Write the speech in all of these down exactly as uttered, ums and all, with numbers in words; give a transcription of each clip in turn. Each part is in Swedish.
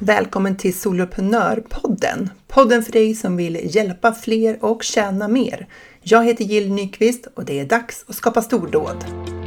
Välkommen till Soloprenörpodden. Podden för dig som vill hjälpa fler och tjäna mer. Jag heter Jill Nyqvist och det är dags att skapa stordåd.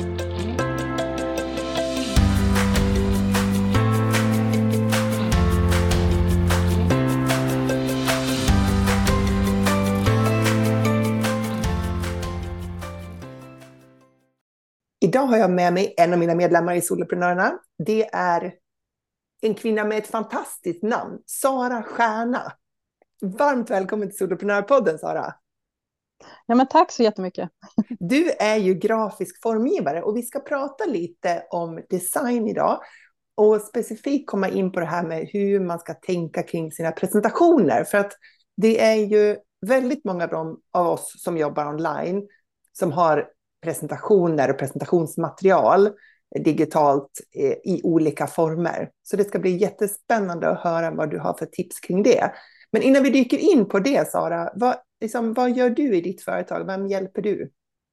Idag har jag med mig en av mina medlemmar i Soloprenörerna. Det är en kvinna med ett fantastiskt namn, Sara Stjärna. Varmt välkommen till Soloprenörpodden, Sara. Ja, men tack så jättemycket. Du är ju grafisk formgivare och vi ska prata lite om design idag. Och specifikt komma in på det här med hur man ska tänka kring sina presentationer. För att det är ju väldigt många av oss som jobbar online som har presentationer och presentationsmaterial digitalt i olika former. Så det ska bli jättespännande att höra vad du har för tips kring det. Men innan vi dyker in på det, Sara, vad, liksom, vad gör du i ditt företag? Vem hjälper du?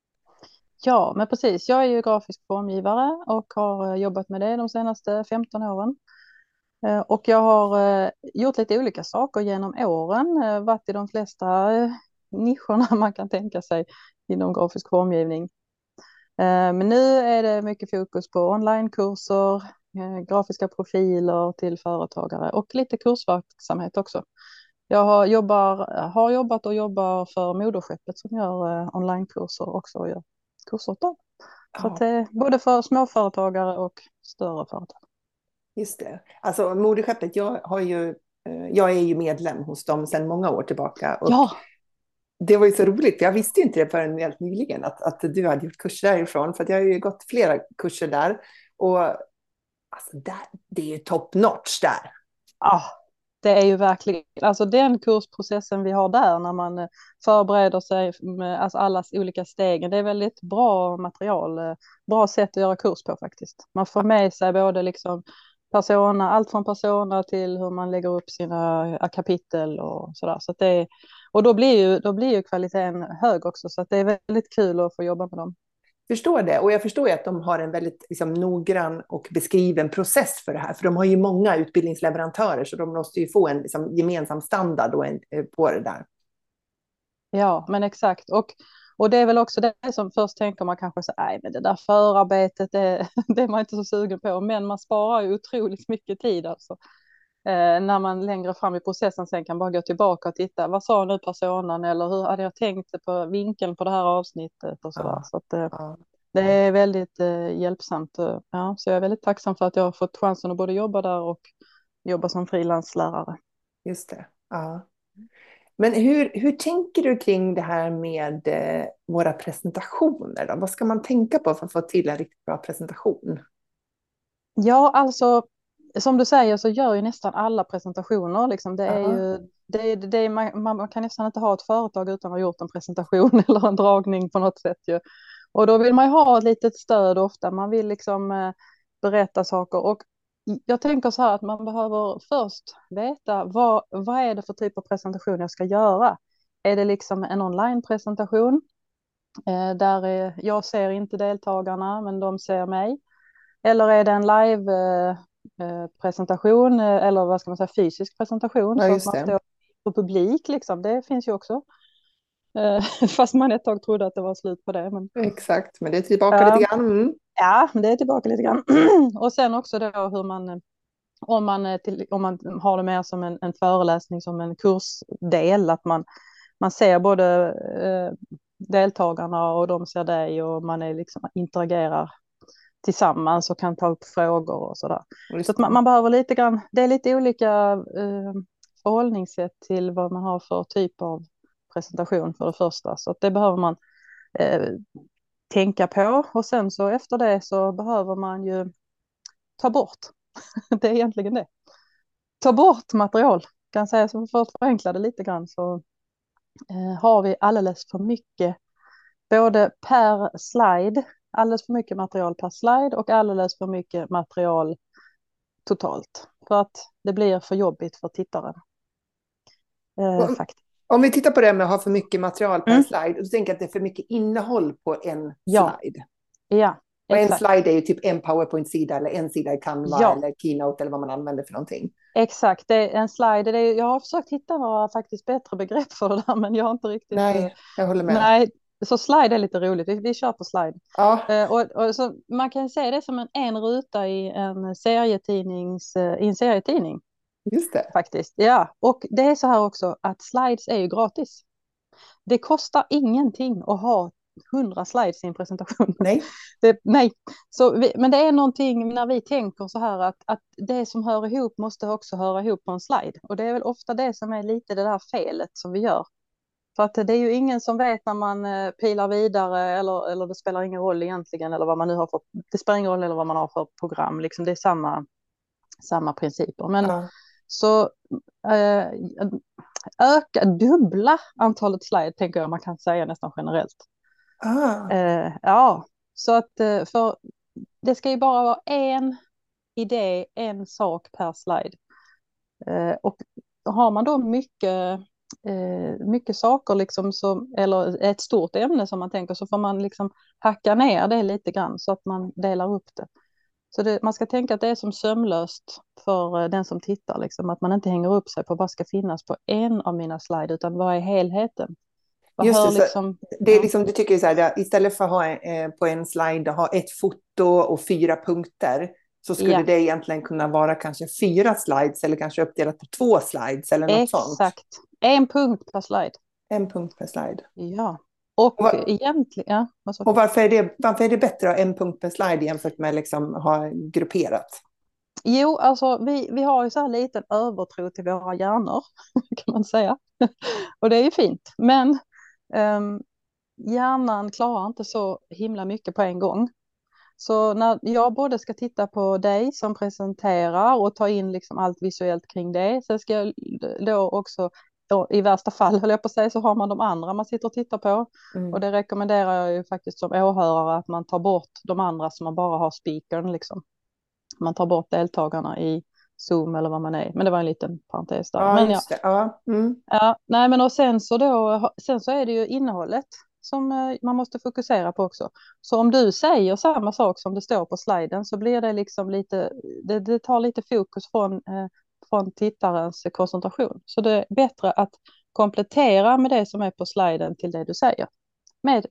Ja, men precis. Jag är ju grafisk formgivare och har jobbat med det de senaste femton åren. Och jag har gjort lite olika saker genom åren. Varit i de flesta nischerna man kan tänka sig inom grafisk formgivning. Men nu är det mycket fokus på onlinekurser, grafiska profiler till företagare och lite kursverksamhet också. Jag har, jobbar, har jobbat och jobbar för Moderskeppet som gör onlinekurser också och gör kurser då. Så att det är både för småföretagare och större företag. Just det. Alltså Moderskeppet, jag, har ju, jag är ju medlem hos dem sedan många år tillbaka. Och ja. Det var ju så roligt, för jag visste inte det förrän helt nyligen att, att du hade gjort kurser därifrån. För att jag har ju gått flera kurser där. Och alltså, där, det är ju top notch där. Ja, det är ju verkligen, alltså den kursprocessen vi har där när man förbereder sig med alltså allas olika steg. Det är väldigt bra material, bra sätt att göra kurs på faktiskt. Man får med sig både liksom persona, allt från persona till hur man lägger upp sina kapitel och sådär. Så att det är, och då blir ju, då blir ju kvaliteten hög också, så att det är väldigt kul att få jobba med dem. Förstår det, och jag förstår ju att de har en väldigt liksom, noggrann och beskriven process för det här. För de har ju många utbildningsleverantörer, så de måste ju få en liksom, gemensam standard och en, på det där. Ja, men exakt. Och, och det är väl också det som först tänker man kanske så, nej men det där förarbetet, det, det är man inte så sugen på. Men man sparar ju otroligt mycket tid alltså. Eh, när man längre fram i processen sen kan bara gå tillbaka och titta, vad sa nu personen eller hur hade jag tänkt på vinkeln på det här avsnittet och sådär. Ja, så att, eh, ja. det är väldigt eh, hjälpsamt. Ja, så jag är väldigt tacksam för att jag har fått chansen att både jobba där och jobba som frilanslärare. Just det, ja. Men hur, hur tänker du kring det här med eh, våra presentationer då? Vad ska man tänka på för att få till en riktigt bra presentation? Ja, alltså som du säger så gör ju nästan alla presentationer. Liksom. Det är Ja. ju, det, det, det, man, man kan nästan inte ha ett företag utan att ha gjort en presentation eller en dragning på något sätt. Ju. Och då vill man ju ha ett litet stöd ofta. Man vill liksom eh, berätta saker. Och jag tänker så här att man behöver först veta vad, vad är det för typ av presentation jag ska göra. Är det liksom en online-presentation eh, där eh, jag ser inte deltagarna men de ser mig? Eller är det en live eh, presentation eller vad ska man säga, fysisk presentation Ja, så att just man det. står på publik liksom, det finns ju också. Eh, fast man ett tag trodde att det var slut på det. Men... Exakt, men det är tillbaka ja. lite grann. Mm. Ja, men det är tillbaka lite grann. Och sen också då hur man, om man, till, om man har det mer som en, en föreläsning, som en kursdel, att man, man ser både eh, deltagarna och de ser dig och man är liksom, interagerar tillsammans och kan ta upp frågor och sådär. Så att man, man behöver lite grann, det är lite olika eh, förhållningssätt till vad man har för typ av presentation för det första. Så att det behöver man eh, tänka på. Och sen så efter det så behöver man ju ta bort. Det är egentligen det. Ta bort material. Kan säga så för att förenkla det lite grann så eh, har vi alldeles för mycket både per slide, alldeles för mycket material per slide och alldeles för mycket material totalt. För att det blir för jobbigt för tittaren. Eh, Om, faktiskt. om vi tittar på det med att ha för mycket material per Mm. slide, så tänker jag att det är för mycket innehåll på en Ja. slide. Ja, och en exakt. slide är ju typ en PowerPoint-sida eller en sida i Canva Ja. eller Keynote eller vad man använder för någonting. Exakt, det är en slide. Det är, jag har försökt hitta några faktiskt bättre begrepp för det där, men jag har inte riktigt... Eh, Nej, jag håller med. nej, så slide är lite roligt. Vi, vi kör på slide. Ja, Eh, och, och så man kan se det som en, en ruta i en serietidnings, eh, i en serietidning just det. faktiskt. Ja, och det är så här också att slides är ju gratis. Det kostar ingenting att ha hundra slides i en presentation. Nej. Det, nej, så vi, men det är någonting när vi tänker så här att, att det som hör ihop måste också höra ihop på en slide. Och det är väl ofta det som är lite det där felet som vi gör. För att det är ju ingen som vet när man eh, pilar vidare eller, eller det spelar ingen roll egentligen eller vad man nu har för, det spelar ingen roll eller vad man har för program. Liksom det är samma, samma principer. Men Ja. så eh, öka, dubbla antalet slide tänker jag man kan säga nästan generellt. Ah. Eh, ja, så att eh, för det ska ju bara vara en idé, en sak per slide. Eh, och har man då mycket, eh, mycket saker liksom som, eller ett stort ämne som man tänker så får man liksom hacka ner det lite grann så att man delar upp det. Så det, man ska tänka att det är som sömlöst för den som tittar, liksom, att man inte hänger upp sig på vad ska finnas på en av mina slides utan vad är helheten. Vad Just hör det, så liksom, det är ja. liksom, du tycker så här, istället för att ha eh, på en slide ha ett foto och fyra punkter så skulle Ja. det egentligen kunna vara kanske fyra slides eller kanske uppdelat på två slides eller något sånt. Exakt, en punkt per slide. En punkt per slide. Ja, och, Och, var, egentligen, ja, vad sa du? och varför, är det, varför är det bättre att ha en punkt per slide jämfört med liksom ha grupperat? Jo, alltså vi, vi har ju så här liten övertro till våra hjärnor kan man säga. Och det är ju fint, men um, hjärnan klarar inte så himla mycket på en gång. Så när jag både ska titta på dig som presenterar och ta in liksom allt visuellt kring det, så ska jag då också, då, i värsta fall höll jag på att säga, så har man de andra man sitter och tittar på. Mm. Och det rekommenderar jag ju faktiskt som åhörare att man tar bort de andra som man bara har speakern liksom. Man tar bort deltagarna i Zoom eller vad man är. Men det var en liten parentes där. Ja, Men just ja. det. Ja. Mm. Ja, nej, men och sen så då, sen så är det ju innehållet som eh, man måste fokusera på också. Så om du säger samma sak som det står på sliden så blir det liksom lite, det, det tar lite fokus från, eh, från tittarens koncentration. Så det är bättre att komplettera med det som är på sliden till det du säger. Med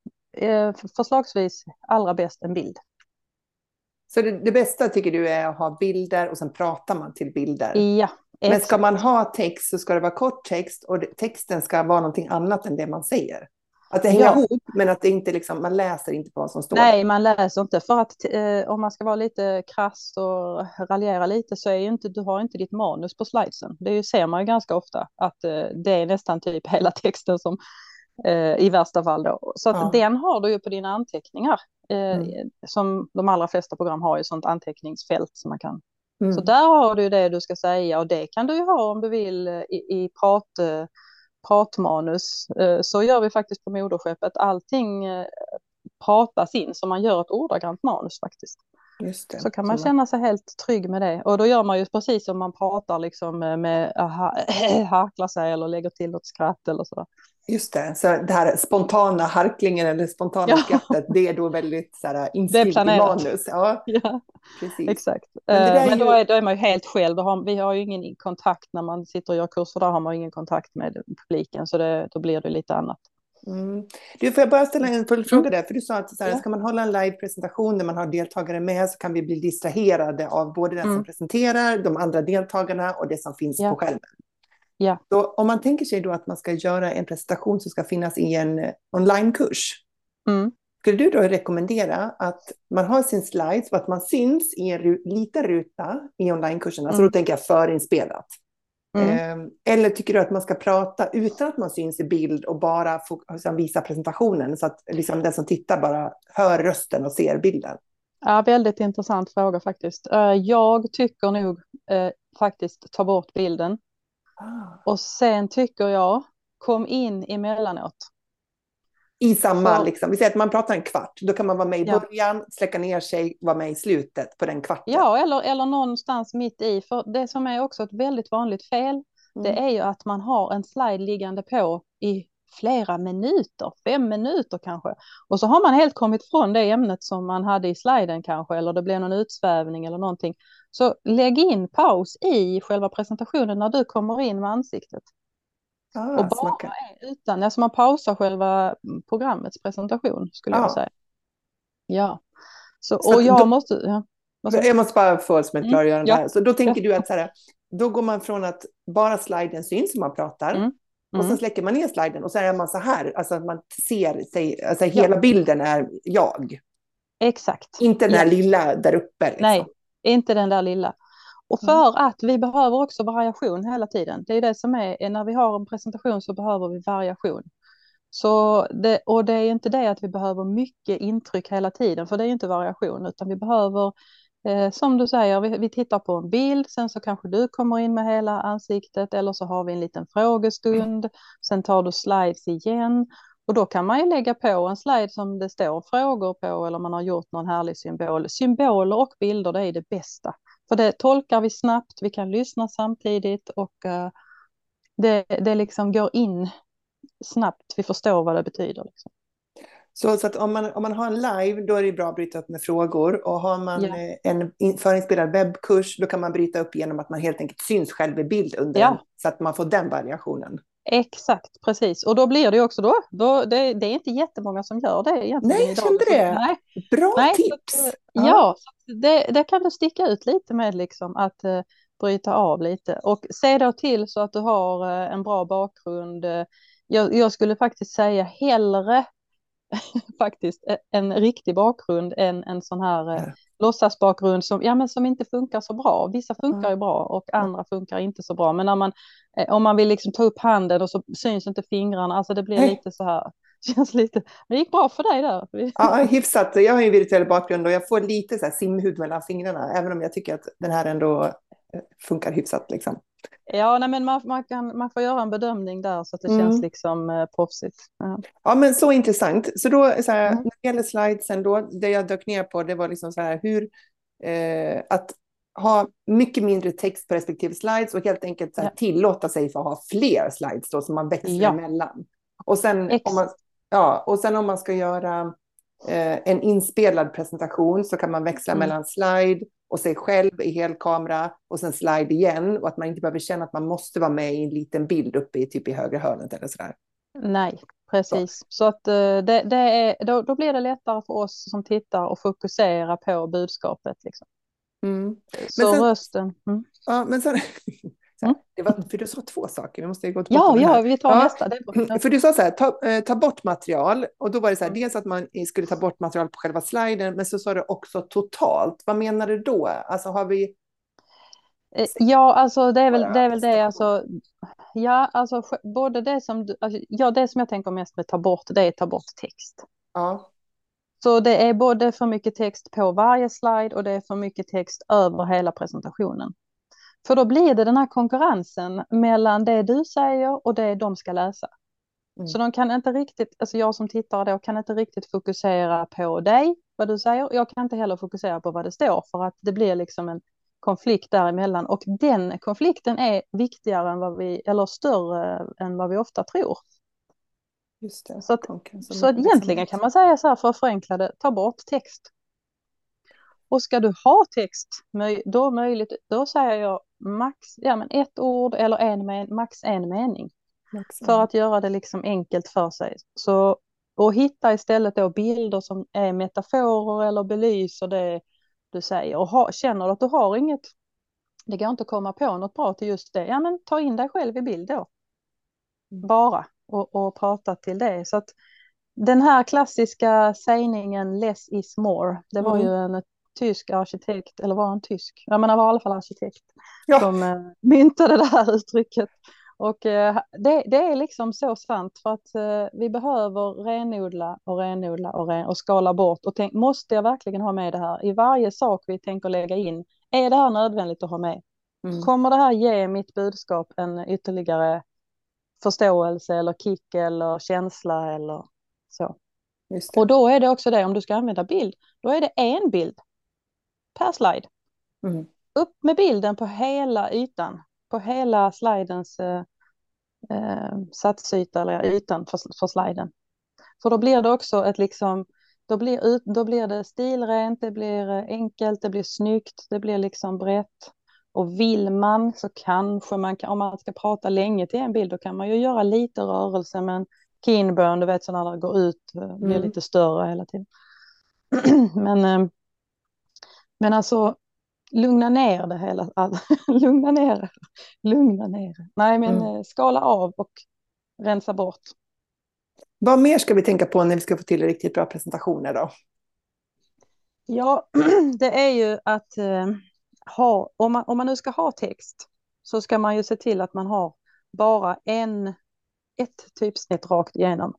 eh, förslagsvis allra bäst en bild. Så det, det bästa tycker du är att ha bilder och sen pratar man till bilder. Ja, men ska exakt. man ha text så ska det vara kort text och det, texten ska vara någonting annat än det man säger. Att det hänger Ja. ihop men att det inte liksom, man läser inte på vad som står. Nej, man läser inte. För att eh, om man ska vara lite krass och raljera lite så är ju inte, du har inte ditt manus på slidesen. Det är ju, ser man ju ganska ofta att eh, det är nästan typ hela texten som eh, i värsta fall då. Så att Ja. den har du ju på dina anteckningar. Eh, Mm. Som de allra flesta program har ju sånt anteckningsfält som man kan. Mm. Så där har du det du ska säga och det kan du ju ha om du vill i, i prat, pratmanus. Eh, så gör vi faktiskt på Moderskeppet. Allting eh, pratas in så man gör ett ordagrant manus faktiskt. Just det. Så kan man så känna sig helt trygg med det. Och då gör man ju precis som man pratar liksom med aha, harklar sig eller lägger till något skratt eller sådär. Just det, så det här spontana harklingen eller spontana Ja. skrattet, det är då väldigt så här, Det är inskrivet i planerat. manus. Ja, Ja, precis. exakt. Men, det där är Men ju... då, är, då är man ju helt själv. Då har, vi har ju ingen kontakt när man sitter och gör kurser. Där har man ingen kontakt med publiken. Så det, då blir det lite annat. Mm. Du, får jag bara ställa en följdfråga Mm. där? För du sa att så här, Ja. ska man hålla en live-presentation där man har deltagare med så kan vi bli distraherade av både den Mm. som presenterar, de andra deltagarna och det som finns Ja. på skärmen. Ja. Så om man tänker sig då att man ska göra en presentation som ska finnas i en onlinekurs. Mm. Skulle du då rekommendera att man har sin slides och att man syns i en ru- liten ruta i onlinekurserna? Mm. Så då tänker jag förinspelat. Mm. Eh, eller tycker du att man ska prata utan att man syns i bild och bara få, alltså, visa presentationen så att liksom, den som tittar bara hör rösten och ser bilden? Ja, väldigt intressant fråga faktiskt. Jag tycker nog eh, faktiskt ta bort bilden. Ah. Och sen tycker jag, kom in emellanåt. I samma, Så, liksom, vi säger att man pratar en kvart, då kan man vara med i ja. början, släcka ner sig, vara med i slutet på den kvarten. Ja, eller, eller någonstans mitt i. För det som är också ett väldigt vanligt fel, Mm. det är ju att man har en slide liggande på i flera minuter, fem minuter kanske. Och så har man helt kommit från det ämnet som man hade i sliden kanske, eller det blir någon utsvävning eller någonting. Så lägg in paus i själva presentationen när du kommer in med ansiktet. Ah, Och bara smaka. utan, alltså man pausar själva programmets presentation skulle Ah. jag säga. Ja, så, Så och jag då, måste... Ja. jag måste bara få som ett Mm, klargörande ja. här. Så då tänker Ja. du att så här, då går man från att bara sliden syns som man pratar. Mm. Och sen Mm. släcker man ner sliden och så är man så här, alltså att man ser sig, alltså Ja. hela bilden är jag. Exakt. Inte den här Ja. lilla där uppe. Liksom. Nej, inte den där lilla. Och för Mm. att vi behöver också variation hela tiden. Det är det som är, när vi har en presentation så behöver vi variation. Så det, och det är inte det att vi behöver mycket intryck hela tiden, för det är inte variation, utan vi behöver, eh, som du säger, vi, vi tittar på en bild, sen så kanske du kommer in med hela ansiktet, eller så har vi en liten frågestund, sen tar du slides igen, och då kan man ju lägga på en slide som det står frågor på, eller man har gjort någon härlig symbol. Symboler och bilder, det är det bästa, för det tolkar vi snabbt, vi kan lyssna samtidigt, och eh, det, det liksom går in snabbt, vi förstår vad det betyder. Liksom. Så, så att om man, om man har en live, då är det bra att bryta upp med frågor. Och har man Ja. eh, en in- förinspelad webbkurs, då kan man bryta upp genom att man helt enkelt syns själv i bild under Ja. den, så att man får den variationen. Exakt, precis. Och då blir det också då, då det, det är inte jättemånga som gör det egentligen. Nej, jag kände det. Nej. Bra Nej, tips. Så, ja, ja, så det, det kan du sticka ut lite med, liksom, att uh, bryta av lite. Och se då till så att du har uh, en bra bakgrund. Uh, jag, jag skulle faktiskt säga hellre faktiskt en riktig bakgrund än en sån här uh, ja. låtsasbakgrund som, ja, men som inte funkar så bra. Vissa funkar ju Mm. bra och andra funkar inte så bra. Men när man, eh, om man vill liksom ta upp handen och så syns inte fingrarna, alltså det blir Hej. lite så här, känns lite, det gick bra för dig där. Ja, hyfsat. Jag har ju en virtuell bakgrund och jag får lite så här simhud mellan fingrarna, även om jag tycker att den här ändå eh, funkar hyfsat. Liksom. Ja, nej, men man, man, kan, man får göra en bedömning där så att det Mm. känns liksom eh, proffsigt. Ja. Ja, men så intressant. Så då, så här, Mm. när det gäller slidesen då, det jag dök ner på, det var liksom så här hur, eh, att ha mycket mindre text på respektive slides och helt enkelt så här, Ja. tillåta sig för att ha fler slides då, som man växlar Ja. emellan. Och sen, Ex- om man, ja, och sen om man ska göra eh, en inspelad presentation så kan man växla Mm. mellan slide och sig själv i helkamera och sen slide igen, och att man inte behöver känna att man måste vara med i en liten bild uppe i typ i högra hörnet eller sådär. Nej, precis. Så, så att eh, det, det är, då, då blir det lättare för oss som tittar att fokusera på budskapet. Liksom. Mm. Så Men sen, rösten. Mm. ja, men sen, så här, Mm. det var, för du sa två saker, vi måste ju gå till Ja, botten med det ja, här. vi tar Ja, nästa. Det är bra. för du sa så här, ta, eh, ta bort material, och då var det så här, Mm. dels att man skulle ta bort material på själva sliden, men så sa du också totalt. Vad menar du då? Alltså har vi... Eh, Ja, alltså det är väl Våra det, är väl det presentationer. alltså, ja, alltså sj- både det som, du- alltså, ja, det som jag tänker mest med ta bort, det är ta bort text. Ja. Så det är både för mycket text på varje slide och det är för mycket text över hela presentationen. För då blir det den här konkurrensen mellan det du säger och det de ska läsa. Mm. Så de kan inte riktigt, alltså jag som tittare då kan inte riktigt fokusera på dig, vad du säger. Jag kan inte heller fokusera på vad det står, för att det blir liksom en konflikt däremellan. Och den konflikten är viktigare än vad vi, eller större än vad vi ofta tror. Just det. Så att, Konkurrens så och att egentligen uppmärksamhet. kan man säga så här, för att förenkla det, ta bort text. Och ska du ha text, möj- då möjligt, då säger jag max, ja, men ett ord eller en men, max en mening. För att göra det liksom enkelt för sig. Så, och hitta istället då bilder som är metaforer eller belyser det du säger. Och ha, känner du att du har inget, det går inte att komma på något bra till just det, ja men ta in dig själv i bild då. Mm. Bara. Och, och prata till det. Så att den här klassiska sägningen less is more, det var Mm. ju en tysk arkitekt, eller var han tysk? Ja, men han var i alla fall arkitekt Ja. som eh, myntade det här uttrycket. Och eh, det, det är liksom så sant, för att eh, vi behöver renodla och renodla och, ren, och skala bort. Och tänk, måste jag verkligen ha med det här? I varje sak vi tänker lägga in, är det här nödvändigt att ha med? Mm. Kommer det här ge mitt budskap en ytterligare förståelse eller kick eller känsla eller så? Just det. Och då är det också det, om du ska använda bild, då är det en bild per slide. Mm. Upp med bilden på hela ytan, på hela slidens eh, eh, satsyta eller ytan för, för sliden. För då blir det också ett liksom, då blir, ut, då blir det stilrent, det blir enkelt, det blir snyggt, det blir liksom brett. Och vill man så kanske man kan, om man ska prata länge till en bild, då kan man ju göra lite rörelse, men kinburn, du vet sådana där går ut, blir Mm. lite större hela tiden. men, eh, men alltså, lugna ner det hela, lugna ner, lugna ner. Nej, men Mm. skala av och rensa bort. Vad mer ska vi tänka på när vi ska få till riktigt bra presentationer då? Ja, det är ju att eh, ha, om man, om man nu ska ha text så ska man ju se till att man har bara en, ett typsnitt rakt igenom.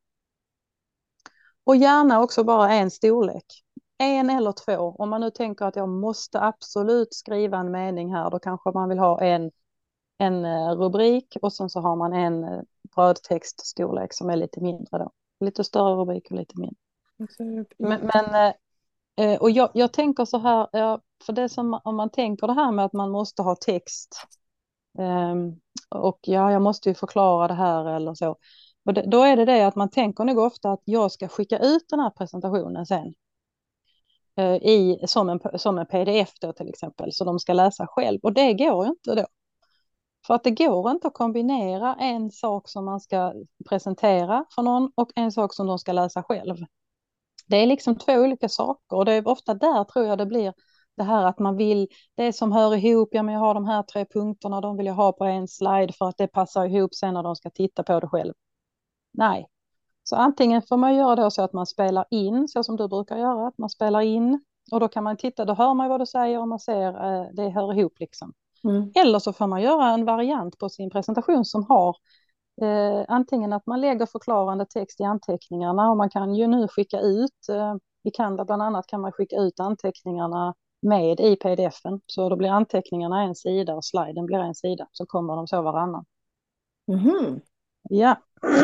Och gärna också bara en storlek. En eller två. Om man nu tänker att jag måste absolut skriva en mening här, då kanske man vill ha en, en rubrik och sen så har man en brödtextstorlek som är lite mindre då. Lite större rubrik och lite mindre. Men, men och jag, jag tänker så här, ja, för det som om man tänker det här med att man måste ha text um, och ja, jag måste ju förklara det här eller så. Och det, då är det det att man tänker nog ofta att jag ska skicka ut den här presentationen sen uh, i, som, en, som en P D F då till exempel, så de ska läsa själv. Och det går ju inte då. För att det går inte att kombinera en sak som man ska presentera för någon och en sak som de ska läsa själv. Det är liksom två olika saker och det är ofta där tror jag det blir det här att man vill, det som hör ihop, ja men jag har de här tre punkterna, de vill jag ha på en slide för att det passar ihop sen när de ska titta på det själv. Nej, så antingen får man göra det så att man spelar in, så som du brukar göra, att man spelar in och då kan man titta, då hör man vad du säger och man ser eh, det hör ihop liksom. Mm. Eller så får man göra en variant på sin presentation som har Eh, antingen att man lägger förklarande text i anteckningarna och man kan ju nu skicka ut, eh, i Canva bland annat kan man skicka ut anteckningarna med i pdfen, så då blir anteckningarna en sida och sliden blir en sida, så kommer de så varannan. Mm. Ja,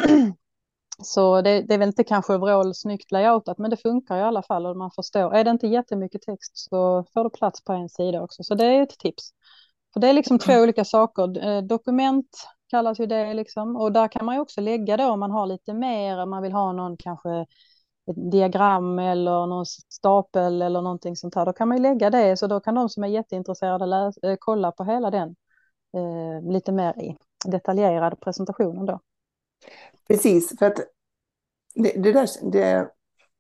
så det, det är väl inte kanske overall snyggt layoutat, men det funkar i alla fall och man förstår. Är det inte jättemycket text så får du plats på en sida också, så det är ett tips. För det är liksom två olika saker. Eh, dokument kallas ju det liksom. Och där kan man ju också lägga då om man har lite mer. Om man vill ha någon kanske ett diagram eller någon stapel eller någonting sånt här. Då kan man ju lägga det. Så då kan de som är jätteintresserade läsa, eh, kolla på hela den eh, lite mer i detaljerade presentationen då. Precis, för att det, det, där, det,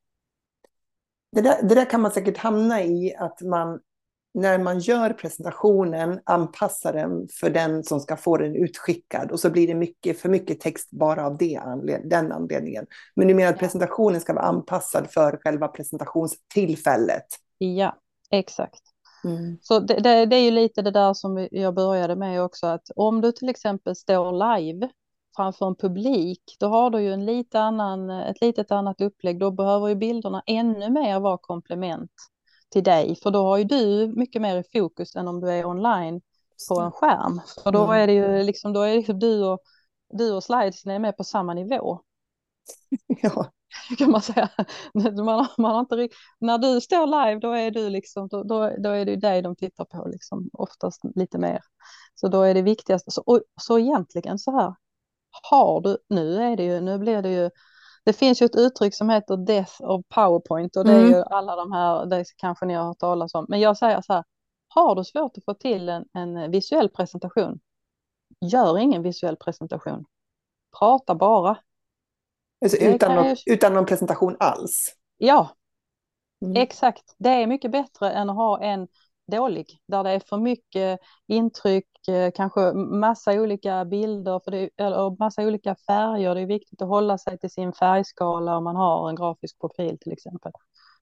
det, där, det där kan man säkert hamna i att man när man gör presentationen anpassar den för den som ska få den utskickad och så blir det mycket, för mycket text bara av det anled- den anledningen. Men du menar att presentationen ska vara anpassad för själva presentationstillfället? Ja, exakt. Mm. Så det, det, det är ju lite det där som jag började med också, att om du till exempel står live framför en publik, då har du ju en lite annan, ett litet annat upplägg. Då behöver ju bilderna ännu mer vara komplement till dig, för då har ju du mycket mer i fokus än om du är online på en skärm. För då är det ju liksom, då är det du och, du och slidesen är med på samma nivå. Ja. Kan man säga. Man, man har inte, när du står live då är du liksom, då, då, då är det dig de tittar på liksom, oftast lite mer. Så då är det viktigaste. Så, och, så egentligen så här, har du, nu är det ju, nu blir det ju, det finns ju ett uttryck som heter death of PowerPoint och det är Mm. ju alla de här, det kanske ni har hört talas om. Men jag säger så här, har du svårt att få till en, en visuell presentation, gör ingen visuell presentation. Prata bara. Alltså utan, något, ju... utan någon presentation alls? Ja, mm. exakt. Det är mycket bättre än att ha en dålig, där det är för mycket intryck, kanske massa olika bilder för det, eller massa olika färger. Det är viktigt att hålla sig till sin färgskala om man har en grafisk profil till exempel.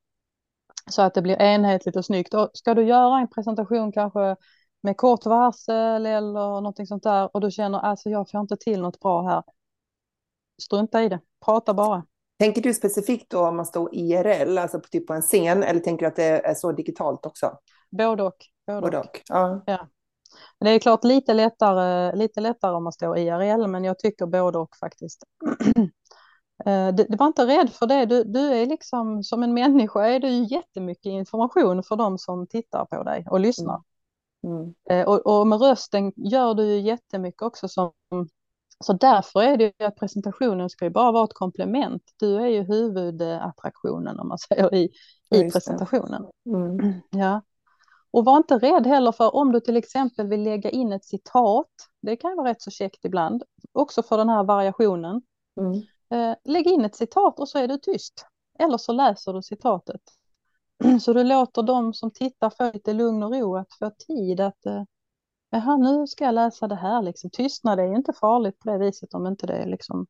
Så att det blir enhetligt och snyggt. Och ska du göra en presentation kanske med kort varsel eller någonting sånt där och du känner alltså jag får inte till något bra här, strunta i det, prata bara. Tänker du specifikt då om man står I R L, alltså på, typ på en scen, eller tänker du att det är så digitalt också? Både och. Både Både och. och. Ja. Ja. Det är klart lite lättare, lite lättare om man står I R L, men jag tycker både och faktiskt. det, det var inte rädd för det. Du, du är liksom som en människa är du jättemycket information för de som tittar på dig och lyssnar. Mm. Mm. Och, och med rösten gör du ju jättemycket också som Så därför är det ju att presentationen ska ju bara vara ett komplement. Du är ju huvudattraktionen om man säger i, Ja, i just det. presentationen. Mm. Ja. Och var inte rädd heller för om du till exempel vill lägga in ett citat. Det kan ju vara rätt så käckt ibland. Också för den här variationen. Mm. Eh, lägg in ett citat och så är du tyst. Eller så läser du citatet. Så du låter de som tittar få lite lugn och ro att få tid att eh, jaha, nu ska jag läsa det här. Liksom. Tystnad är ju inte farligt på det viset om inte det är liksom,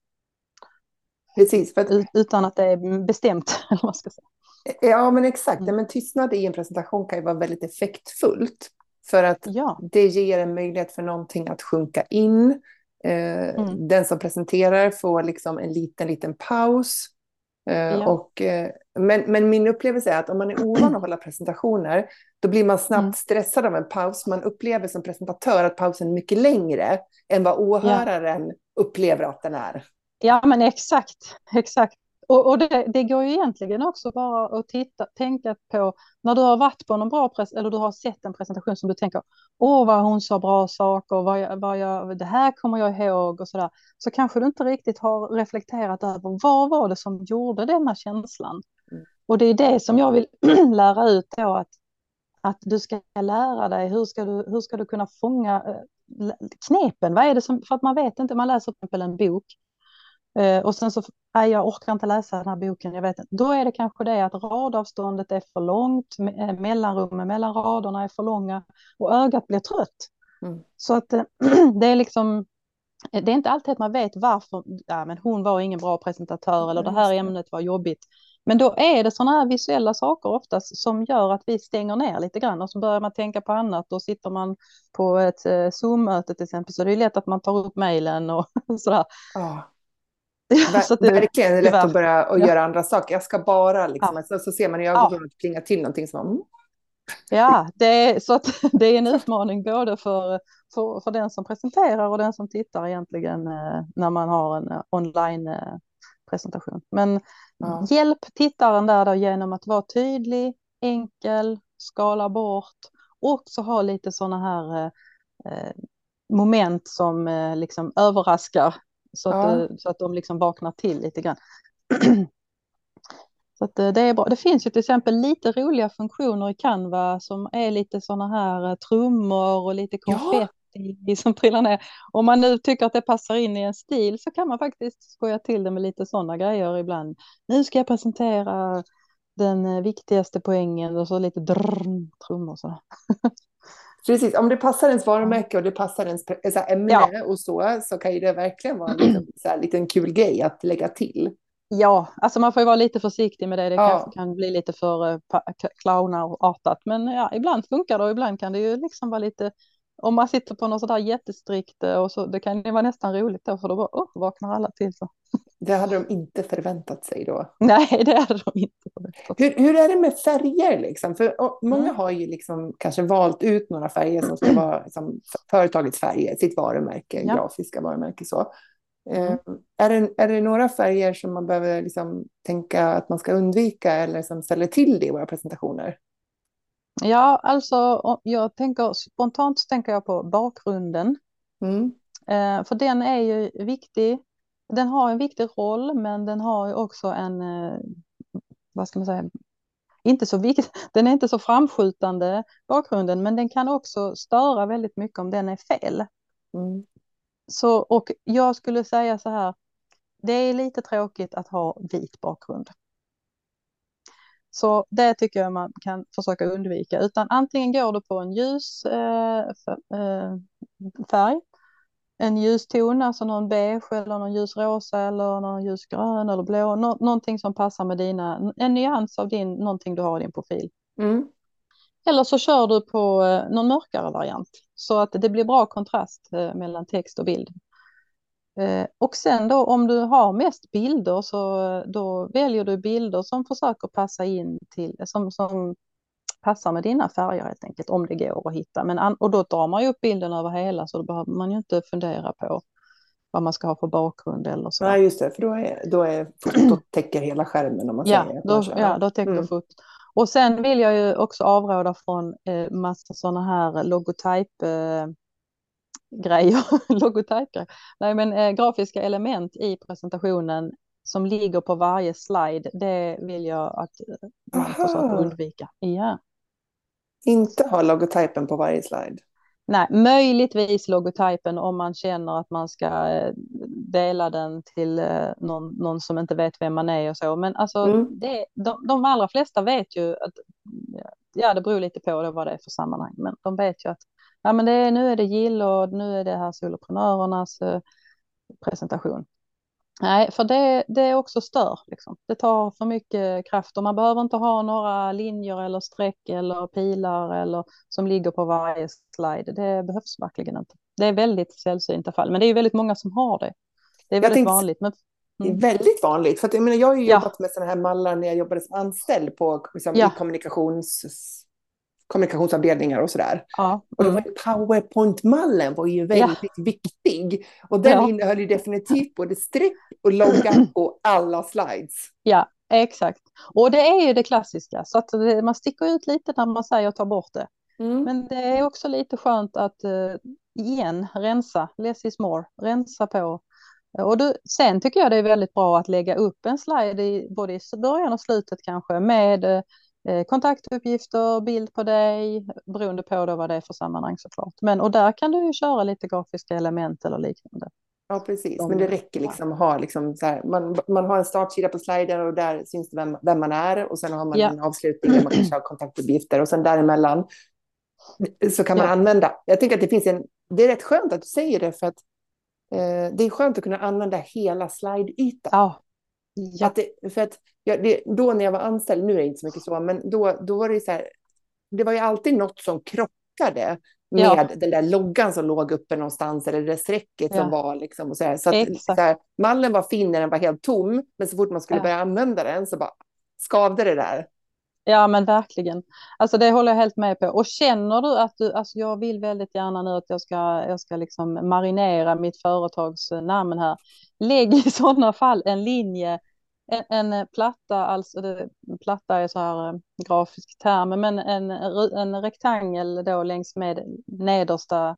Precis, för att, utan att det är bestämt. Eller vad ska jag säga. ja men exakt, ja, Mm. men tystnad i en presentation kan ju vara väldigt effektfullt. För att Ja. det ger en möjlighet för någonting att sjunka in. Eh, Mm. Den som presenterar får liksom en liten, liten paus. Eh, Ja. och, eh, men, men min upplevelse är att om man är ovan att hålla presentationer, då blir man snabbt Mm. stressad av en paus. Man upplever som presentatör att pausen är mycket längre än vad Ja. åhöraren upplever att den är. Ja, men exakt, exakt. Och, och det, det går ju egentligen också bara att titta, tänka på när du har varit på någon bra pres eller du har sett en presentation som du tänker, åh vad hon sa bra saker, vad jag, vad jag, det här kommer jag ihåg och sådär. Så kanske du inte riktigt har reflekterat över vad var det som gjorde denna känslan. Mm. Och det är det som jag vill lära ut då, att, att du ska lära dig, hur ska du, hur ska du kunna fånga eh, knepen, vad är det som, för att man vet inte, man läser till exempel en bok. Eh, och sen så, nej, jag orkar inte läsa den här boken, jag vet inte. Då är det kanske det att radavståndet är för långt, me- mellanrummen mellan raderna är för långa och ögat blir trött. Mm. Så att eh, det är liksom, det är inte alltid att man vet varför, ja, men hon var ingen bra presentatör eller Ja, det här just det. ämnet var jobbigt. Men då är det sådana här visuella saker oftast som gör att vi stänger ner lite grann och så börjar man tänka på annat och sitter man på ett eh, Zoom-möte till exempel så det är lätt att man tar upp mejlen och sådär. Ja. Så Ver- att det, verkligen det är lätt tyvärr. att börja och Ja, göra andra saker. Jag ska bara, liksom, ja, så, så ser man i ja, ögonen att det plingar till någonting som, mm. ja, det är, så att det är en utmaning både för, för, för den som presenterar och den som tittar egentligen eh, när man har en eh, online eh, presentation. Men Ja. hjälp tittaren där då genom att vara tydlig, enkel, skala bort och också ha lite sådana här eh, moment som eh, liksom överraskar så att, Ja. eh, så att de liksom vaknar till lite grann. Så att det är bra. Det finns ju till exempel lite roliga funktioner i Canva som är lite sådana här trummor och lite Ja. konfetti som trillar ner. Om man nu tycker att det passar in i en stil så kan man faktiskt skoja till det med lite sådana grejer ibland. Nu ska jag presentera den viktigaste poängen och så lite drrrn, trummor och så. Precis, om det passar ens varumärke och det passar ens pre- så här, Ja, ämne och så, så kan ju det verkligen vara en liten, så här, liten kul grej att lägga till. ja, alltså man får ju vara lite försiktig med det. Det kanske Ja, kan bli lite för uh, clownartat. Men ja, ibland funkar det och ibland kan det ju liksom vara lite, om man sitter på något sådär jättestrikt eh, och så, det kan ju vara nästan roligt då för då bara, oh, vaknar alla till så. det hade de inte förväntat sig då. Nej, det hade de inte förväntat sig. Hur, hur är det med färger liksom? För och, många Mm. har ju liksom kanske valt ut några färger som ska vara liksom, företagets färger, sitt varumärke, Ja. grafiska varumärke så. Eh, Mm. är, det, är det några färger som man behöver liksom tänka att man ska undvika eller som ställer till det i våra presentationer? Ja, alltså jag tänker spontant tänker jag på bakgrunden. Mm. Eh, för den är ju viktig. Den har en viktig roll, men den har ju också en, eh, vad ska man säga, inte så viktig, den är inte så framskjutande bakgrunden, men den kan också störa väldigt mycket om den är fel. Mm. Så, och jag skulle säga så här, det är lite tråkigt att ha vit bakgrund. Så det tycker jag man kan försöka undvika, utan antingen går du på en ljus eh, eh, färg, en ljuston, alltså någon beige eller någon ljusrosa eller någon ljusgrön eller blå, nå någonting som passar med dina, en nyans av din, någonting du har i din profil. Mm. Eller så kör du på eh, någon mörkare variant så att det blir bra kontrast eh, mellan text och bild. Eh, och sen då om du har mest bilder så eh, då väljer du bilder som försöker passa in till, som, som passar med dina färger helt enkelt, om det går att hitta. Men an, och då drar man ju upp bilden över hela så då behöver man ju inte fundera på vad man ska ha för bakgrund eller så. Ja, just det, för då är, då är fotot täcker hela skärmen om man Ja, säger att man då, kör. ja, då täcker Mm. fotot. Och sen vill jag ju också avråda från eh, massa sådana här logotyp eh, grejer, logotyper. Nej, men eh, grafiska element i presentationen som ligger på varje slide, det vill jag att eh, man försöker Aha, undvika. Ja. inte ha logotypen på varje slide. Nej, möjligtvis logotypen om man känner att man ska eh, dela den till eh, någon, någon som inte vet vem man är och så. Men alltså, Mm. det, de, de allra flesta vet ju att, ja, det beror lite på det, vad det är för sammanhang, men de vet ju att ja, men det är, nu är det Gill och nu är det här soloprenörernas eh, presentation. Nej, för det, det också stör. Liksom. Det tar för mycket kraft och man behöver inte ha några linjer eller streck eller pilar eller som ligger på varje slide. Det behövs verkligen inte. Det är väldigt sällsynta fall, men det är väldigt många som har det. Det är Jag väldigt tänkte, vanligt. Men, det är mm. väldigt vanligt. För att, jag, menar, jag har ju Ja, jobbat med sådana här mallar när jag jobbade som anställd på, liksom, i ja, kommunikations, kommunikationsavdelningar och sådär. ja, Och då var mm. ju PowerPoint-mallen var ju Ja, väldigt viktig. Och den ja, innehöll ju definitivt både streck och logga på alla slides. ja, exakt. Och det är ju det klassiska, så att det, man sticker ut lite när man säger ta bort det. Mm. Men det är också lite skönt att uh, igen rensa, less is more, rensa på. Och då, sen tycker jag det är väldigt bra att lägga upp en slide i både i början och slutet kanske med eh, kontaktuppgifter, bild på dig, beroende på då vad det är för sammanhang såklart. Men och där kan du ju köra lite grafiska element eller liknande. Ja, precis. Men det Som, räcker liksom att ha liksom så här, man, man har en startsida på sliden och där syns det vem, vem man är. Och sen har man ja, en avslutning där man kanske har kontaktuppgifter. Och sen däremellan så kan man ja, använda. Jag tänker att det finns en, det är rätt skönt att du säger det för att eh, det är skönt att kunna använda hela slideytan. ja, ja, Att det, för att ja, det, då när jag var anställd, nu är det inte så mycket så, men då, då var det så här, det var ju alltid något som krockade ja, med den där loggan som låg uppe någonstans eller det där strecket som ja, var liksom och så här. Så att så exakt. här, mallen var fin när den var helt tom, men så fort man skulle Ja. börja använda den så bara skavde det där. Ja, men verkligen. Alltså det håller jag helt med på. Och känner du att du, alltså jag vill väldigt gärna nu att jag ska, jag ska liksom marinera mitt företags namn här. Lägg i sådana fall en linje, en, en platta, alltså det, platta är så här eh, grafisk term, men en, en rektangel då längs med nedersta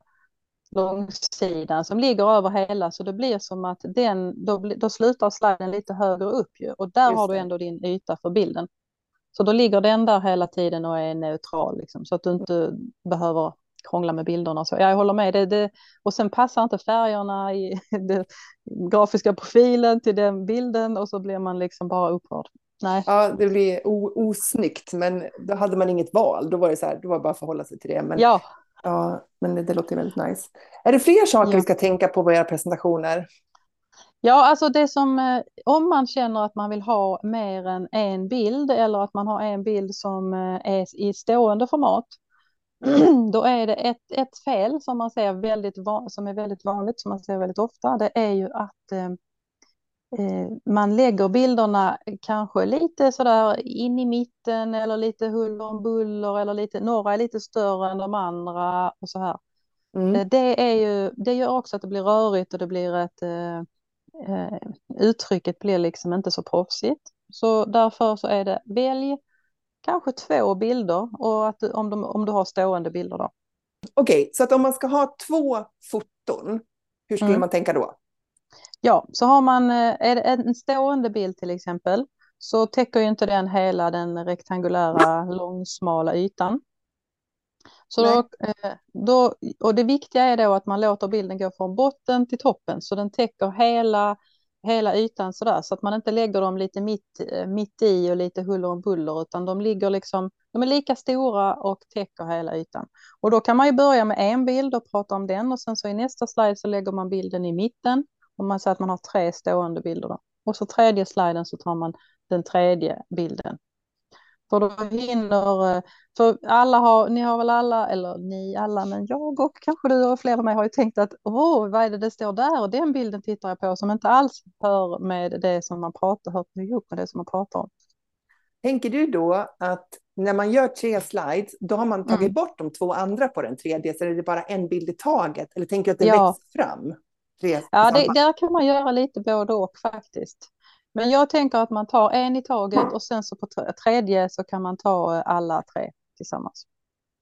långsidan som ligger över hela, så det blir som att den, då, då slutar sliden lite högre upp ju, och där har Just du det. ändå din yta för bilden. Så då ligger den där hela tiden och är neutral liksom, så att du inte behöver krångla med bilderna. Så jag håller med. Det, det, och sen passar inte färgerna i den grafiska profilen till den bilden och så blir man liksom bara upprörd. Nej. Ja, det blir o- osnyggt, men då hade man inget val. Då var det så här, då var det bara att förhålla sig till det. Men, Ja, ja, men det, det låter väldigt nice. Är det fler saker vi ja. ska tänka på på era presentationer? Ja, alltså det som, eh, om man känner att man vill ha mer än en bild eller att man har en bild som eh, är i stående format, då är det ett, ett fel som man ser väldigt va- som är väldigt vanligt, som man ser väldigt ofta. Det är ju att eh, eh, man lägger bilderna kanske lite sådär in i mitten eller lite huller om buller eller lite, några är lite större än de andra och så här. Mm. Eh, det är ju, det gör också att det blir rörigt och det blir ett eh, eh, uttrycket blir liksom inte så proffsigt. Så därför så är det välj kanske två bilder och att du, om, de, om du har stående bilder då. Okej, så att om man ska ha två foton, hur skulle Mm. man tänka då? Ja, så har man eh, är det en stående bild till exempel, så täcker ju inte den hela den rektangulära långsmala ytan. Så Nej. då, eh, då, och det viktiga är då att man låter bilden gå från botten till toppen så den täcker hela, hela ytan sådär, så att man inte lägger dem lite mitt, eh, mitt i och lite huller om buller, utan de ligger liksom, de är lika stora och täcker hela ytan. Och då kan man ju börja med en bild och prata om den och sen så i nästa slide så lägger man bilden i mitten och man säger att man har tre stående bilder då. Och så tredje sliden så tar man den tredje bilden. För då hinner, för alla har, ni har väl alla, eller ni alla, men jag och kanske du och flera med mig har ju tänkt att åh, vad är det det står där? Och den bilden tittar jag på som inte alls hör med det som man pratar, hör ihop med det som man pratar om. Tänker du då att när man gör tre slides, då har man tagit Mm. bort de två andra på den tredje, så är det bara en bild i taget? Eller tänker du att det Ja, växer fram? Tre ja det, tillsammans? där kan man göra lite både och faktiskt. Men jag tänker att man tar en i taget och sen så på tredje så kan man ta alla tre tillsammans.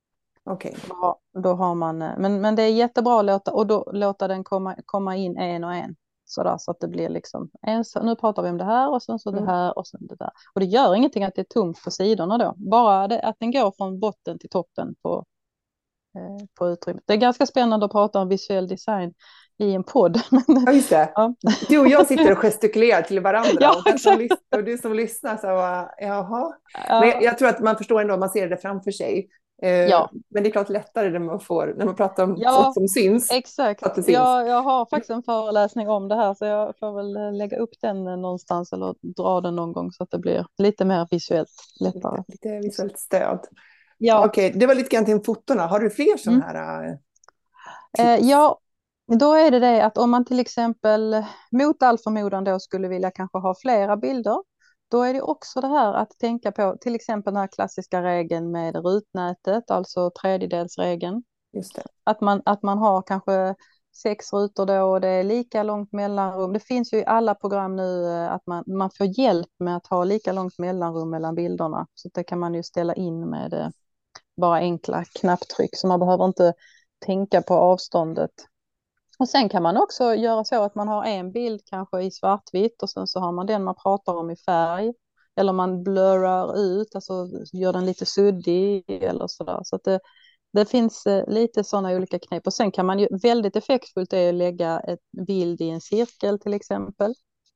Okej. Då, då har man, eh, men, men det är jättebra att låta, och då, låta den komma, komma in en och en. Sådär, så att det blir liksom, en, så, nu pratar vi om det här och sen så det Mm. här och sen det där. Och det gör ingenting att det är tomt på sidorna då. Bara det, att den går från botten till toppen på, eh, på utrymmet. Det är ganska spännande att prata om visuell design i en podd. Ja, just det. Ja. Du och jag sitter och gestikulerar till varandra Ja, och, den som exakt. lyssnar, och du som lyssnar så bara, jaha. Men jag, Ja, jag tror att man förstår ändå att man ser det framför sig. Eh, ja, men det är klart lättare när man, får, när man pratar om sånt ja, som syns. exakt. Att det syns. Jag, jag har faktiskt en föreläsning om det här så jag får väl eh, lägga upp den eh, någonstans eller dra den någon gång så att det blir lite mer visuellt lättare. Lite, lite visuellt stöd. Ja, Okej, det var lite grann till fotona. Har du fler sådana mm. här äh, eh, tips? ja, då är det det att om man till exempel mot all förmodan då skulle vilja kanske ha flera bilder, då är det också det här att tänka på till exempel den här klassiska regeln med rutnätet, alltså tredjedelsregeln. Just det. Att man, att man har kanske sex rutor då och det är lika långt mellanrum. Det finns ju i alla program nu eh, att man, man får hjälp med att ha lika långt mellanrum mellan bilderna. Så det kan man ju ställa in med eh, bara enkla knapptryck. Så man behöver inte tänka på avståndet. Och sen kan man också göra så att man har en bild kanske i svartvitt och sen så har man den man pratar om i färg. Eller man blurrar ut, alltså gör den lite suddig eller sådär. Så att det, det finns eh, lite sådana olika knep. Och sen kan man ju väldigt effektfullt är att lägga ett bild i en cirkel till exempel.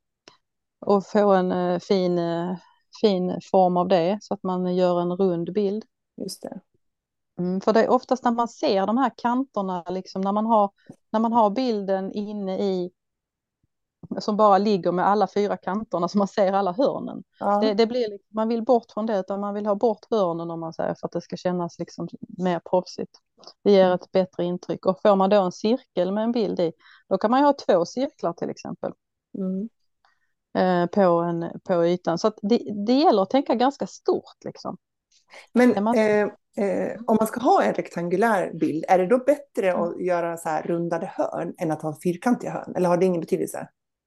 Och få en eh, fin, eh, fin form av det så att man gör en rund bild. Just det. Mm, för det är oftast när man ser de här kanterna, liksom när man har, när man har bilden inne i, som bara ligger med alla fyra kanterna så man ser alla hörnen. Det, Ja. det blir, man vill bort från det utan man vill ha bort hörnen om man säger för att det ska kännas liksom mer proffsigt. Det ger ett bättre intryck och får man då en cirkel med en bild i då kan man ju ha två cirklar till exempel Mm. eh, på, en, på ytan. Så att det, det gäller att tänka ganska stort liksom. Men Är man... eh, eh, om man ska ha en rektangulär bild, är det då bättre att göra så här rundade hörn än att ha fyrkantiga hörn? Eller har det ingen betydelse?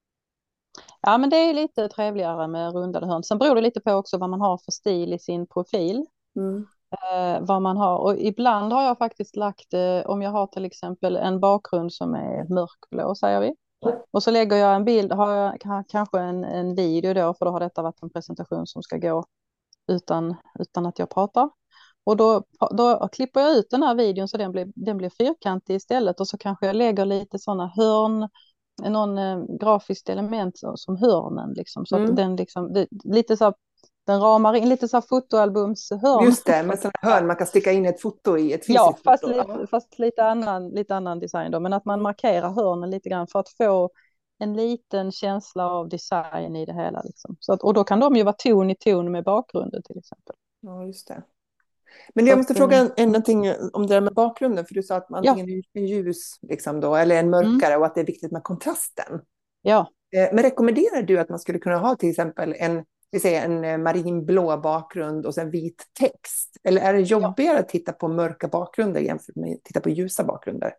Ja, men det är lite trevligare med rundade hörn. Sen beror det lite på också vad man har för stil i sin profil. Mm. Eh, vad man har. Och ibland har jag faktiskt lagt, eh, om jag har till exempel en bakgrund som är mörkblå, säger vi. Och så lägger jag en bild, har jag k- kanske en, en video då, för då har detta varit en presentation som ska gå utan, utan att jag pratar. Och då, då klipper jag ut den här videon så den blir, den blir fyrkantig istället. Och så kanske jag lägger lite sådana hörn, någon eh, grafiskt element så, som hörnen liksom. Så att Mm. den liksom, det, lite så här, den ramar in lite så här fotoalbumshörn. Just det, med sådana hörn man kan sticka in ett foto i, ett Ja, fysiskt fast foto. lite, Ja. fast lite, annan, lite annan design då. Men att man markerar hörnen lite grann för att få en liten känsla av design i det hela. Liksom. Så att, och då kan de ju vara ton i ton med bakgrunden till exempel. Ja, just det. Men Så jag måste att, fråga en, en, någonting om det där med bakgrunden, för du sa att man ja, antingen är en ljus liksom då, eller en mm, mörkare och att det är viktigt med kontrasten. ja, Eh, Men rekommenderar du att man skulle kunna ha till exempel en, vi säger en eh, marinblå bakgrund och sen vit text? Eller är det ja. jobbigare att titta på mörka bakgrunder jämfört med att titta på ljusa bakgrunder?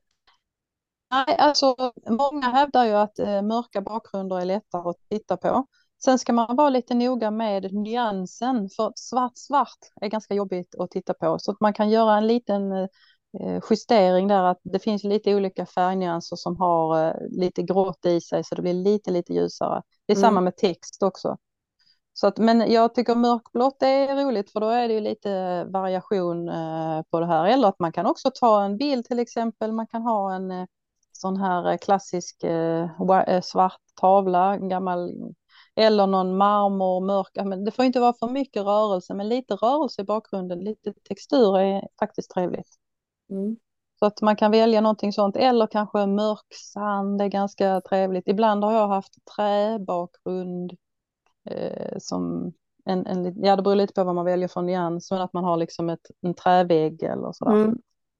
Nej, alltså, många hävdar ju att eh, mörka bakgrunder är lättare att titta på. Sen ska man vara lite noga med nyansen, för svart svart är ganska jobbigt att titta på. Så att man kan göra en liten eh, justering där, att det finns lite olika färgnyanser som har eh, lite grått i sig så det blir lite lite ljusare. Det är samma Mm. med text också. Så att, men jag tycker mörkblått är roligt för då är det ju lite variation eh, på det här. Eller att man kan också ta en bild till exempel. Man kan ha en eh, sån här eh, klassisk eh, wa- eh, svart tavla, en gammal, eller någon marmor, mörk. Ja, men det får inte vara för mycket rörelse, men lite rörelse i bakgrunden, lite textur är faktiskt trevligt. Mm. Så att man kan välja någonting sånt. Eller kanske mörk sand är ganska trevligt. Ibland har jag haft träbakgrund eh, som en, en, ja det beror lite på vad man väljer för nyans, men att man har liksom ett, en trävägg eller sådär. Mm.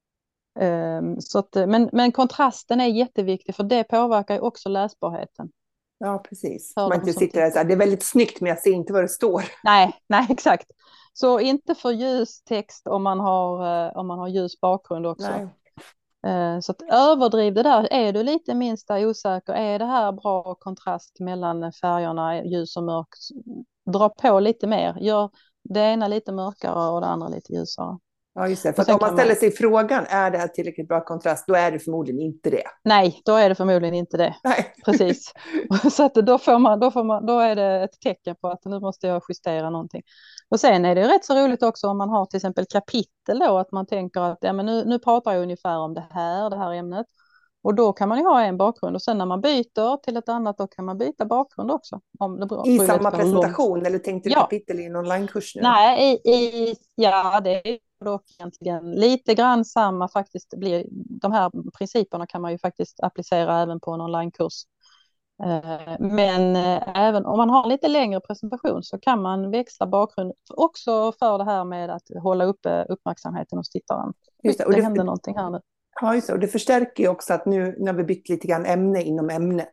Um, så att, men, men kontrasten är jätteviktig för det påverkar ju också läsbarheten. Ja, precis. För Man de inte som sitter där och tittar. säger, det är väldigt snyggt men jag ser inte vad det står. Nej, nej exakt. Så inte för ljus text om man har, uh, om man har ljus bakgrund också. Nej. Uh, så att överdriv det där, är du lite minsta osäker, är det här bra kontrast mellan färgerna ljus och mörk, dra på lite mer, gör det ena lite mörkare och det andra lite ljusare. Ja, just det. För Och att sen om man kan man, ställer sig frågan, är det här tillräckligt bra kontrast, då är det förmodligen inte det. nej, då är det förmodligen inte det. Nej. Precis. Så att då, får man, då, får man, då är det ett tecken på att nu måste jag justera någonting. Och sen är det rätt så roligt också om man har till exempel kapitel då, att man tänker att ja, men nu, nu pratar jag ungefär om det här, det här ämnet. Och då kan man ju ha en bakgrund och sen när man byter till ett annat då kan man byta bakgrund också. Om det beror I på samma lite hur långt. presentation, eller tänkte du Ja, kapitel i en onlinekurs nu? nej, i, i, ja det är dock egentligen lite grann samma faktiskt. Blir, de här principerna kan man ju faktiskt applicera även på en onlinekurs. Eh, Men eh, även om man har en lite längre presentation så kan man växla bakgrund också för det här med att hålla uppe uppmärksamheten hos tittaren. Just det, och Det det, händer någonting här nu. ja, just det, och det förstärker ju också att nu när vi bytt lite grann ämne inom ämnet.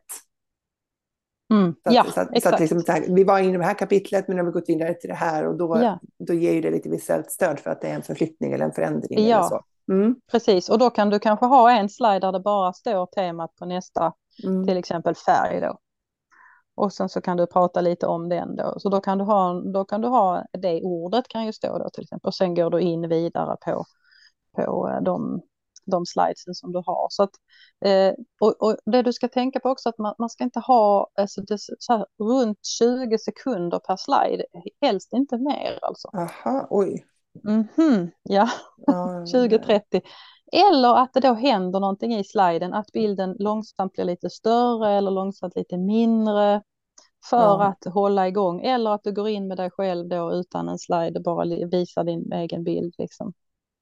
Mm. Så att, Ja, så att, så exakt. att liksom så här, vi var inne i det här kapitlet, men nu har vi gått vidare till det här, och då, Ja. då ger ju det lite visuellt stöd för att det är en förflyttning eller en förändring. Ja. Eller så. Mm. Precis, och då kan du kanske ha en slide där det bara står temat på nästa, Mm. till exempel färg då. Och sen så kan du prata lite om den då. Så då kan du ha, då kan du ha det ordet kan ju stå då till exempel. Och sen går du in vidare på, på de, de slidesen som du har. Så att, eh, och, och det du ska tänka på också att man, man ska inte ha alltså det, så här, runt tjugo sekunder per slide. Helst inte mer alltså. Aha, oj. Mhm, ja, Ja, tjugo trettio. Eller att det då händer någonting i sliden, att bilden långsamt blir lite större eller långsamt lite mindre för ja. att hålla igång. Eller att du går in med dig själv då utan en slide och bara visar din egen bild. Liksom.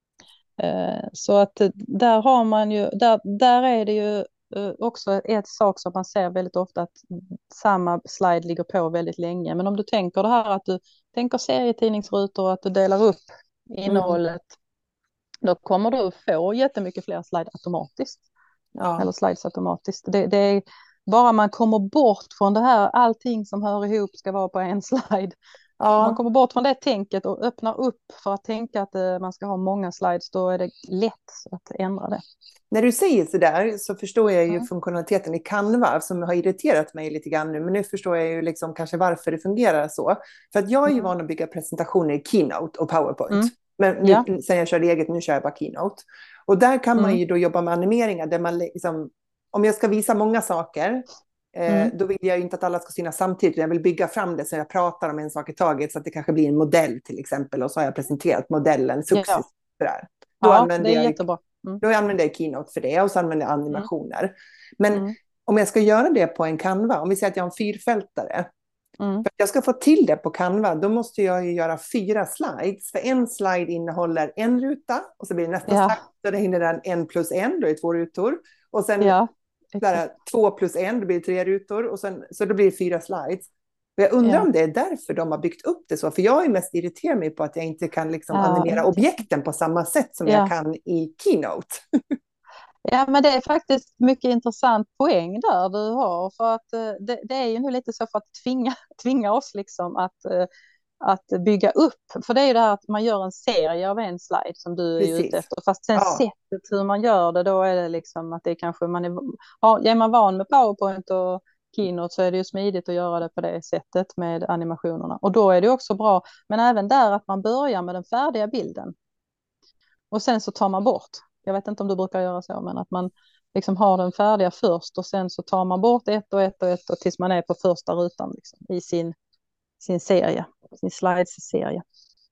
Eh, så att där har man ju, där, där är det ju eh, också ett sak som man ser väldigt ofta att samma slide ligger på väldigt länge. Men om du tänker det här att du tänker serietidningsrutor och att du delar upp innehållet, då kommer du få jättemycket fler slide automatiskt. Ja. Eller slides automatiskt. Det, det är bara man kommer bort från det här, allting som hör ihop ska vara på en slide. Ja. Man kommer bort från det tänket och öppnar upp för att tänka att eh, man ska ha många slides, då är det lätt att ändra det. När du säger sådär så förstår jag ju Mm. funktionaliteten i Canva som har irriterat mig lite grann nu. Men nu förstår jag ju liksom kanske varför det fungerar så. För att jag är ju Mm. van att bygga presentationer i Keynote och PowerPoint. Mm. Men nu, Ja. sen jag körde eget, nu kör jag bara Keynote. Och där kan man Mm. ju då jobba med animeringar där man liksom, om jag ska visa många saker, eh, Mm. då vill jag ju inte att alla ska synas samtidigt. Jag vill bygga fram det så jag pratar om en sak i taget så att det kanske blir en modell till exempel. Och så har jag presenterat modellen successivt. Ja. Då Ja, använder det är jag jättebra. Mm. Då använder jag Keynote för det och så använder jag animationer. Men Mm. om jag ska göra det på en Canva, om vi säger att jag har en fyrfältare, Mm. för att jag ska få till det på Canva, då måste jag ju göra fyra slides. För en slide innehåller en ruta och så blir det nästa Ja. slide, så det hinner den en plus en, då är det två rutor. Och sen Ja. där, två plus en, då blir det tre rutor. Och sen, så då blir det fyra slides. Och jag undrar Ja. om det är därför de har byggt upp det så. För jag är mest irriterad mig på att jag inte kan liksom Ja, animera inte. objekten på samma sätt som Ja. jag kan i Keynote. Ja, men det är faktiskt mycket intressant poäng där du har, för att eh, det, det är ju nu lite så för att tvinga, tvinga oss liksom att, eh, att bygga upp, för det är ju det här att man gör en serie av en slide som du är Precis. ute efter, fast sen Ja. sättet hur man gör det, då är det liksom att det kanske man är, ja, är man van med PowerPoint och Keynote så är det ju smidigt att göra det på det sättet med animationerna, och då är det också bra, men även där att man börjar med den färdiga bilden och sen så tar man bort. Jag vet inte om du brukar göra så, men att man liksom har den färdiga först och sen så tar man bort ett och ett och ett och tills man är på första rutan liksom, i sin, sin serie, sin slides-serie.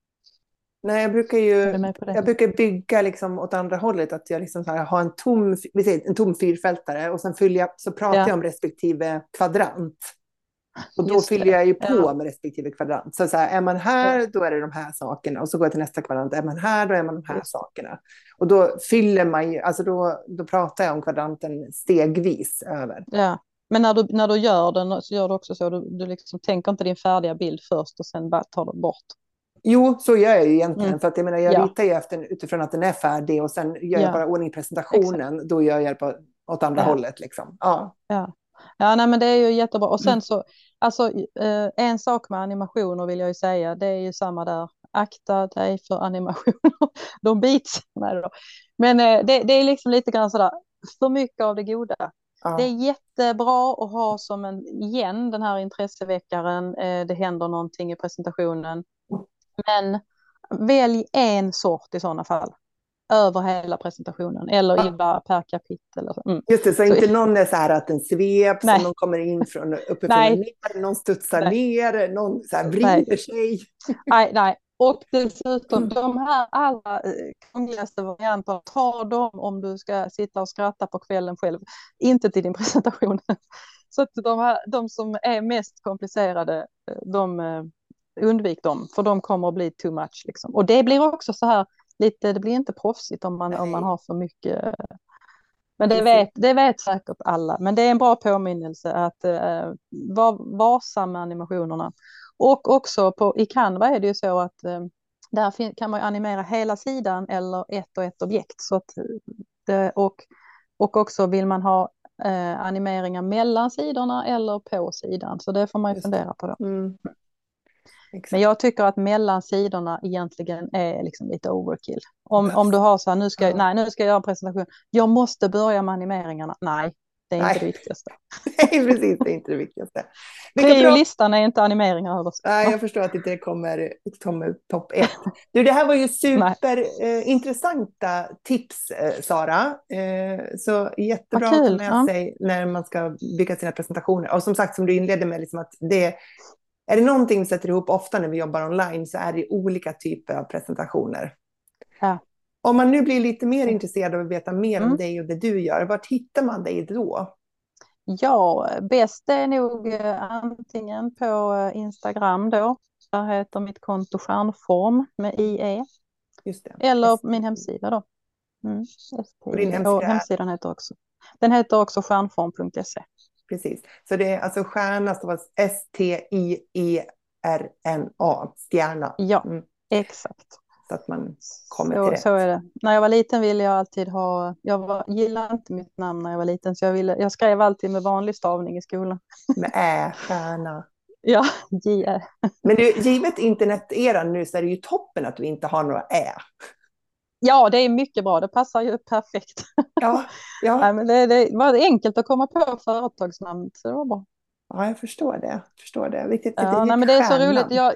Nej, jag brukar Är ju du med på det? jag brukar bygga liksom åt andra hållet, att jag liksom så här har en tom, vi säger, en tom fyrfältare och sen fyller jag, så pratar Ja. jag om respektive kvadrant. Och då Just fyller det. jag ju på Ja. med respektive kvadrant. Så, så här, är man här, då är det de här sakerna. Och så går jag till nästa kvadrant. Är man här, då är man de här Just. sakerna. Och då fyller man ju, alltså då, då pratar jag om kvadranten stegvis över. Ja. Men när du, när du gör den så gör du också så, du, du liksom tänker inte din färdiga bild först och sen bara tar du bort. Jo, så gör jag ju egentligen. Mm. För att jag menar, jag Ja. ritar ju efter, utifrån att den är färdig. Och sen gör Ja. jag bara ordning i presentationen. Då gör jag det på, åt andra Ja. hållet liksom. Ja. Ja. Ja, nej, men det är ju jättebra. Och sen Mm. så, alltså eh, en sak med animationer vill jag ju säga, det är ju samma där. Akta dig för animationer. De bits. Nej då. Men eh, det, det är liksom lite grann sådär, för mycket av det goda. Ja. Det är jättebra att ha som en, igen, den här intresseväckaren, eh, det händer någonting i presentationen. Men välj en sort i sådana fall. Över hela presentationen. Eller Ja. illa per kapitel. Mm. Just det, så, så inte någon är så här att den sveps, nej. någon kommer in från uppifrån nej. och ner, någon studsar nej. ner, någon så här vrider nej. sig. Nej, nej. Och dessutom, de här alla krångligaste varianterna, ta dem om du ska sitta och skratta på kvällen själv. Inte till din presentation. Så att de, här, de som är mest komplicerade, de undvik dem. För de kommer att bli too much. Liksom. Och det blir också så här, lite, det blir inte proffsigt om man, om man har för mycket. Men det vet, det vet säkert alla. Men det är en bra påminnelse att eh, vara varsam med animationerna. Och också på, i Canva är det ju så att eh, där kan man animera hela sidan eller ett och ett objekt. Så att det, och, och också vill man ha eh, animeringar mellan sidorna eller på sidan. Så det får man ju fundera på då. Mm. Men jag tycker att mellan sidorna egentligen är liksom lite overkill. Om, om du har så här, nu ska, ja. nej, nu ska jag göra en presentation. Jag måste börja med animeringarna. Nej, det är nej. inte det viktigaste. Nej, precis, det är inte det viktigaste. Prio-listan är inte animeringar överst. Nej, jag förstår att det inte kommer, kommer topp ett. Du, det här var ju superintressanta eh, tips, eh, Sara. Eh, så jättebra att ta med ja. sig när man ska bygga sina presentationer. Och som sagt, som du inledde med, liksom att det är det någonting vi sätter ihop ofta när vi jobbar online så är det olika typer av presentationer. Ja. Om man nu blir lite mer intresserad av att veta mer mm. om dig och det du gör, vart hittar man dig då? Ja, bäst är nog antingen på Instagram då. Där heter mitt konto Stjärnform med I E. Just det. Eller S T. Min hemsida då. Mm. Och din hemsida? Och hemsidan heter också. Den heter också stjärnform punkt se. Precis. Så det är alltså stjärna, stavas S T I E R N A, stjärna. Ja, mm. exakt. Så att man kommer så, till rätt. Så är det. När jag var liten ville jag alltid ha, jag var, gillade inte mitt namn när jag var liten, så jag, ville, jag skrev alltid med vanlig stavning i skolan. Med ä, stjärna. Ja, J Ä. Men du, givet internet-eran nu så är det ju toppen att vi inte har några ä. Ja, det är mycket bra. Det passar ju perfekt. Ja, ja. Nej, men det, det var enkelt att komma på företagsnamn, så det var bra. Ja, jag förstår det. Förstår det. Vilket, ja, vilket nej, men det är så roligt. Jag,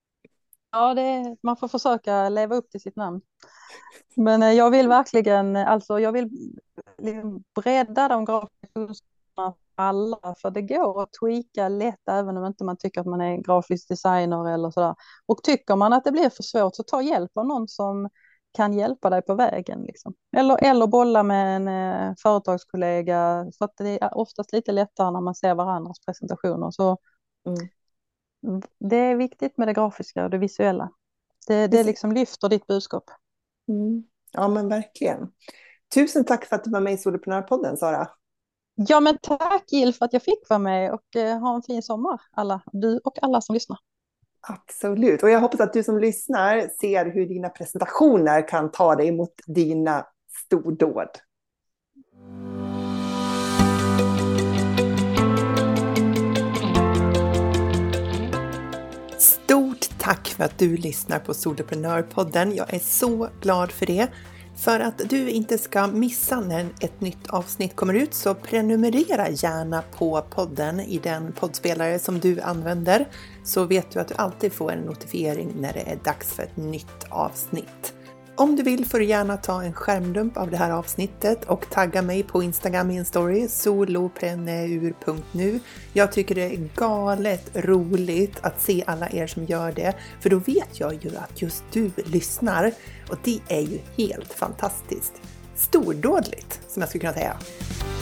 ja, det är, man får försöka leva upp till sitt namn. Men eh, jag vill verkligen, alltså jag vill bredda de grafiska kunskaperna för alla. För det går att tweaka lätt även om inte man tycker att man är grafisk designer eller sådär. Och tycker man att det blir för svårt så ta hjälp av någon som kan hjälpa dig på vägen. Liksom. Eller, eller bolla med en eh, företagskollega. För att det är oftast lite lättare när man ser varandras presentationer. Så mm. det är viktigt med det grafiska och det visuella. Det, det liksom lyfter ditt budskap. Mm. Ja, men verkligen. Tusen tack för att du var med i Soloprenörpodden, Sara. Ja, men tack Jill för att jag fick vara med och eh, ha en fin sommar. Alla, du och alla som lyssnar. Absolut. Och jag hoppas att du som lyssnar ser hur dina presentationer kan ta dig mot dina stordåd. Stort tack för att du lyssnar på Soloprenörpodden. Jag är så glad för det. För att du inte ska missa när ett nytt avsnitt kommer ut så prenumerera gärna på podden i den poddspelare som du använder. Så vet du att du alltid får en notifiering när det är dags för ett nytt avsnitt. Om du vill får du gärna ta en skärmdump av det här avsnittet och tagga mig på Instagram i en story, solopreneur punkt nu. Jag tycker det är galet roligt att se alla er som gör det, för då vet jag ju att just du lyssnar och det är ju helt fantastiskt. Stordådligt, som jag skulle kunna säga.